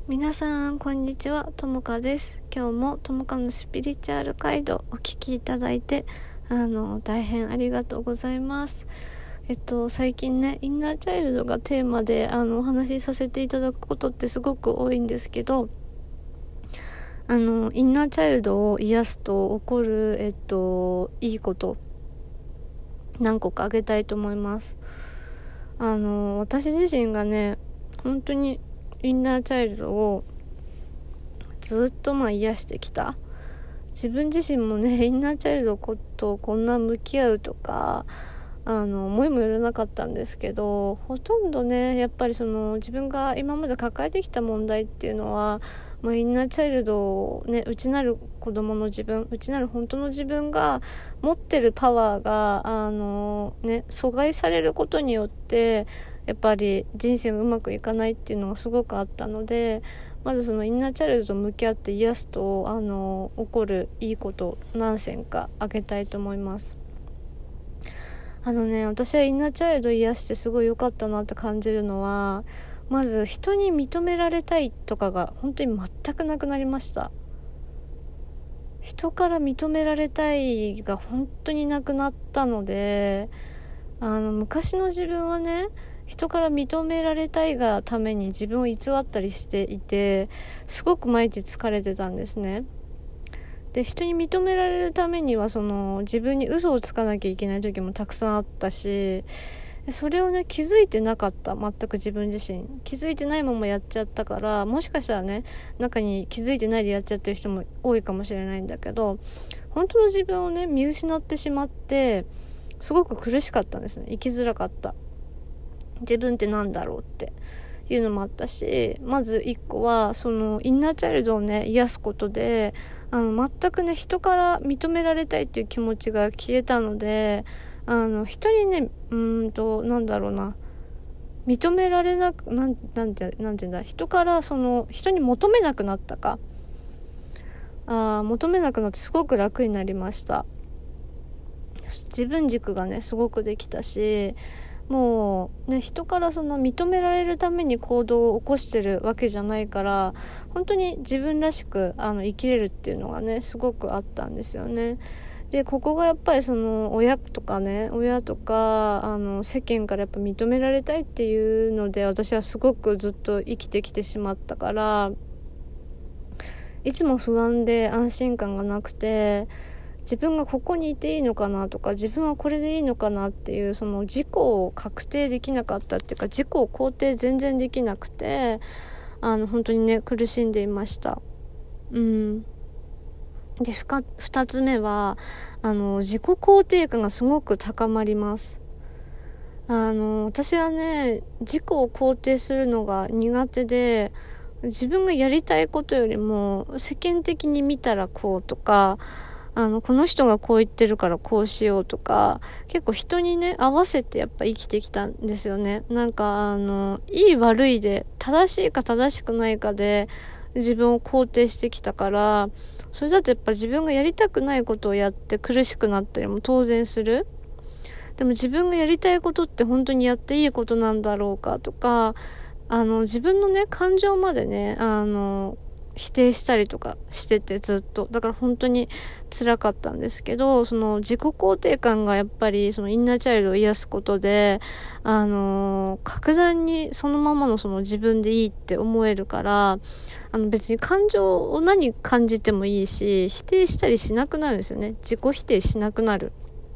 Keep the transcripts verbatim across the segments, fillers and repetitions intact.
皆さんこんにちは、ともかです。今日もともかのスピリチュアルガイドお聞きいただいてあの大変ありがとうございます。えっと最近ねインナーチャイルドがテーマであのお話しさせていただくことってすごく多いんですけど、あのインナーチャイルドを癒すと起こるえっといいこと何個か挙げたいと思います。あの私自身がね本当にインナーチャイルドをずっとまあ癒してきた。自分自身もねインナーチャイルドとこんな向き合うとかあの思いもよらなかったんですけど、ほとんどねやっぱりその自分が今まで抱えてきた問題っていうのは、まあ、インナーチャイルドをね内なる子供の自分内なる本当の自分が持ってるパワーがあのね阻害されることによってやっぱり人生がうまくいかないっていうのがすごくあったので、まずそのインナーチャイルドと向き合って癒すとあの起こるいいこと何選か挙げたいと思います。あのね私はインナーチャイルド癒してすごい良かったなって感じるのは、まず人に認められたいとかが本当に全くなくなりました。人から認められたいが本当になくなったので、あの昔の自分はね人から認められたいがために自分を偽ったりしていて、すごく毎日疲れてたんですね。で人に認められるためにはその自分に嘘をつかなきゃいけない時もたくさんあったし、それをね気づいてなかった。全く自分自身気づいてないままやっちゃったから、もしかしたらね中に気づいてないでやっちゃってる人も多いかもしれないんだけど、本当の自分をね見失ってしまってすごく苦しかったんですね。生きづらかった。自分ってなんだろうっていうのもあったし、まず一個はそのインナーチャイルドをね癒すことであの全くね人から認められたいっていう気持ちが消えたので、あの人にねうーんとなんだろうな認められなくなんなんてなんていうんだ人からその人に求めなくなったかあ求めなくなってすごく楽になりました。自分軸がねすごくできたし、もうね人からその認められるために行動を起こしてるわけじゃないから、本当に自分らしくあの生きれるっていうのがねすごくあったんですよね。でここがやっぱりその親とかね親とかあの世間からやっぱ認められたいっていうので私はすごくずっと生きてきてしまったから、いつも不安で安心感がなくて、自分がここにいていいのかなとか自分はこれでいいのかなっていうその自己を確定できなかったっていうか、自己を肯定全然できなくてあの本当にね苦しんでいました。うんでふたつめはあの自己肯定感がすごく高まります。あの私はね自己を肯定するのが苦手で、自分がやりたいことよりも世間的に見たらこうとか、あのこの人がこう言ってるからこうしようとか、結構人にね合わせてやっぱ生きてきたんですよね。なんかあのいい悪いで正しいか正しくないかで自分を肯定してきたから、それだとやっぱ自分がやりたくないことをやって苦しくなったりも当然する。でも自分がやりたいことって本当にやっていいことなんだろうかとか、あの自分のね感情までねあの否定したりとかしててずっと、だから本当に辛かったんですけど、その自己肯定感がやっぱりそのインナーチャイルドを癒すことであの格段にそのままのその自分でいいって思えるから、あの別に感情を何感じてもいいし否定したりしなくなるんですよね。自己否定しなくなる。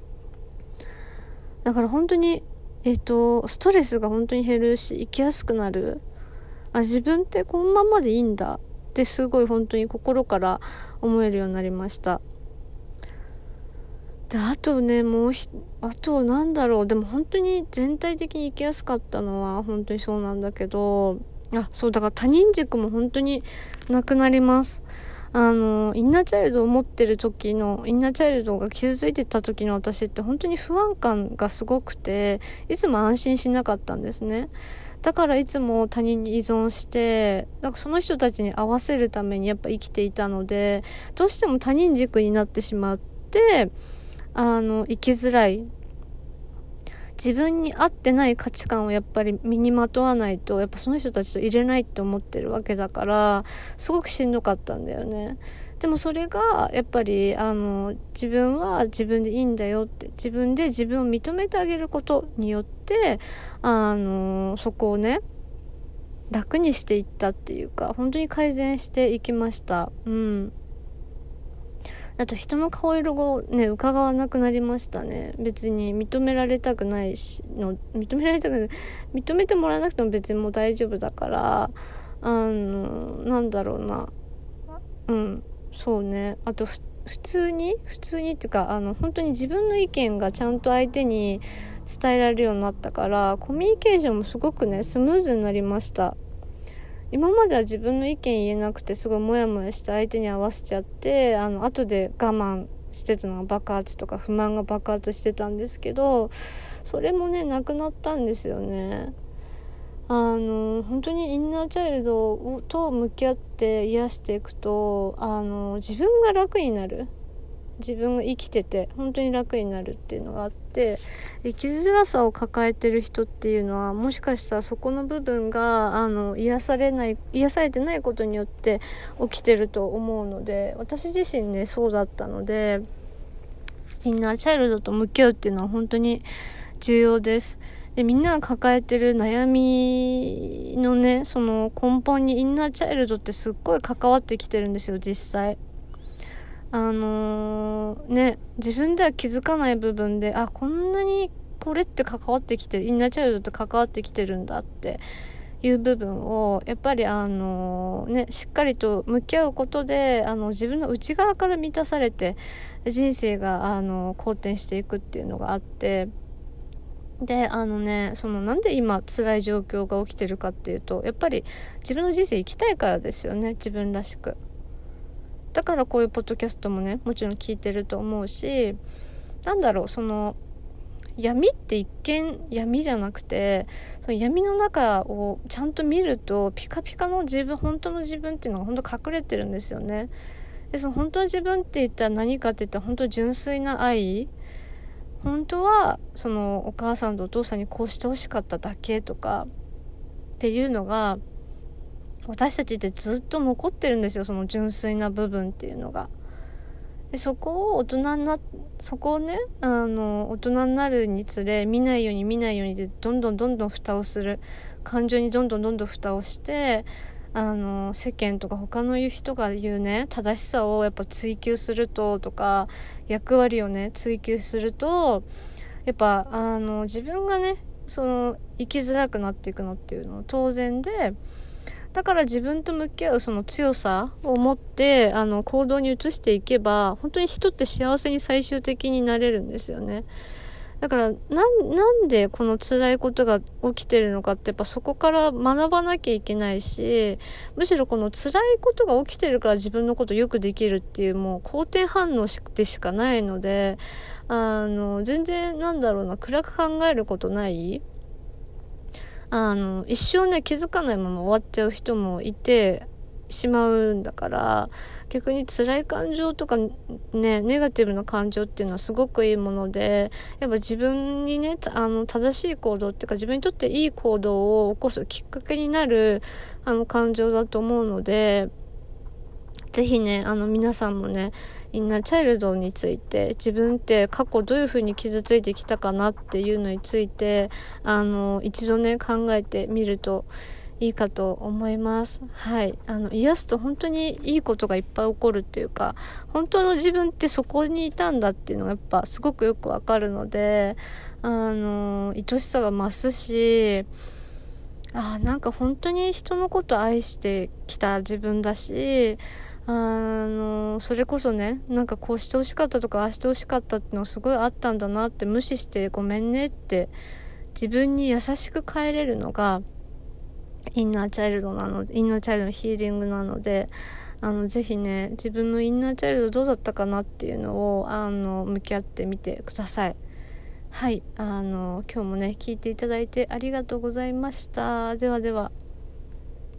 だから本当にえっとストレスが本当に減るし生きやすくなる。あ自分ってこのままでいいんだってすごい本当に心から思えるようになりました。であとねもうひあとなんだろうでも本当に全体的に生きやすかったのは本当にそうなんだけど、あそうだから他人軸も本当になくなります。あのインナーチャイルドを持ってる時のインナーチャイルドが傷ついてた時の私って本当に不安感がすごくて、いつも安心しなかったんですね。だからいつも他人に依存して、なんかその人たちに合わせるためにやっぱ生きていたので、どうしても他人軸になってしまってあの生きづらい。 自分に合ってない価値観をやっぱり身にまとわないとやっぱその人たちと入れないって思ってるわけだから、すごくしんどかったんだよね。でもそれがやっぱりあの自分は自分でいいんだよって、自分で自分を認めてあげることによってあのそこをね楽にしていったっていうか、本当に改善していきました。うんあと人の顔色をね伺わなくなりましたね。別に認められたくないしの認められたくない認めてもらわなくても別にもう大丈夫だから、あのなんだろうなうんそうねあとふ普通に普通にっていうかあの本当に自分の意見がちゃんと相手に伝えられるようになったから、コミュニケーションもすごくねスムーズになりました。今までは自分の意見言えなくてすごいモヤモヤして相手に合わせちゃって、あの後で我慢してたのが爆発とか不満が爆発してたんですけど、それもねなくなったんですよね。あの本当にインナーチャイルドと向き合って癒していくと、あの自分が楽になる、自分が生きてて本当に楽になるっていうのがあって、生きづらさを抱えてる人っていうのはもしかしたらそこの部分があの癒されない癒されてないことによって起きてると思うので、私自身ねそうだったので、インナーチャイルドと向き合うっていうのは本当に重要です。でみんなが抱えてる悩みのねその根本にインナーチャイルドってすっごい関わってきてるんですよ。実際あのー、ね自分では気づかない部分で、あこんなにこれって関わってきてる、インナーチャイルドって関わってきてるんだっていう部分をやっぱりあのー、ねしっかりと向き合うことで、あの自分の内側から満たされて人生があの好転していくっていうのがあって、であのねそのなんで今辛い状況が起きてるかっていうと、やっぱり自分の人生生きたいからですよね。自分らしく。だからこういうポッドキャストもねもちろん聞いてると思うし、なんだろうその闇って一見闇じゃなくて、その闇の中をちゃんと見るとピカピカの自分、本当の自分っていうのが本当隠れてるんですよね。でその本当の自分って言ったら何かって言ったら本当純粋な愛、本当はそのお母さんとお父さんにこうしてほしかっただけとかっていうのが私たちってずっと残ってるんですよ。その純粋な部分っていうのが。でそこを大人になそこをねあの大人になるにつれ見ないように見ないようにでどんどんどんどん蓋をする、感情にどんどんどんどん蓋をして、あの世間とか他の人が言うね正しさをやっぱ追求するととか役割をね追求すると、やっぱあの自分がねその生きづらくなっていくのっていうのは当然で、だから自分と向き合うその強さを持ってあの行動に移していけば本当に人って幸せに最終的になれるんですよね。だからな ん, なんでこの辛いことが起きてるのかってやっぱそこから学ばなきゃいけないし、むしろこの辛いことが起きてるから自分のことよくできるっていうもう肯定反応でしかないので、あの全然なんだろうな暗く考えることない。あの一生ね気づかないまま終わっちゃう人もいてしまうんだから、逆に辛い感情とかねネガティブな感情っていうのはすごくいいもので、やっぱ自分にねあの正しい行動っていうか自分にとっていい行動を起こすきっかけになるあの感情だと思うので、ぜひねあの皆さんもねインナーチャイルドについて、自分って過去どういう風に傷ついてきたかなっていうのについてあの一度ね考えてみるといいかと思います。はい、あの癒すと本当にいいことがいっぱい起こるっていうか、本当の自分ってそこにいたんだっていうのがやっぱすごくよくわかるので、あの愛しさが増すし、あなんか本当に人のこと愛してきた自分だし、あのそれこそねなんかこうしてほしかったとかああしてほしかったっていうのがすごいあったんだなって、無視してごめんねって自分に優しく変えれるのがインナーチャイルドなので、インナーチャイルドのヒーリングなので、あのぜひね自分のインナーチャイルドどうだったかなっていうのをあの向き合ってみてください。はい、あの今日もね聞いていただいてありがとうございました。ではでは。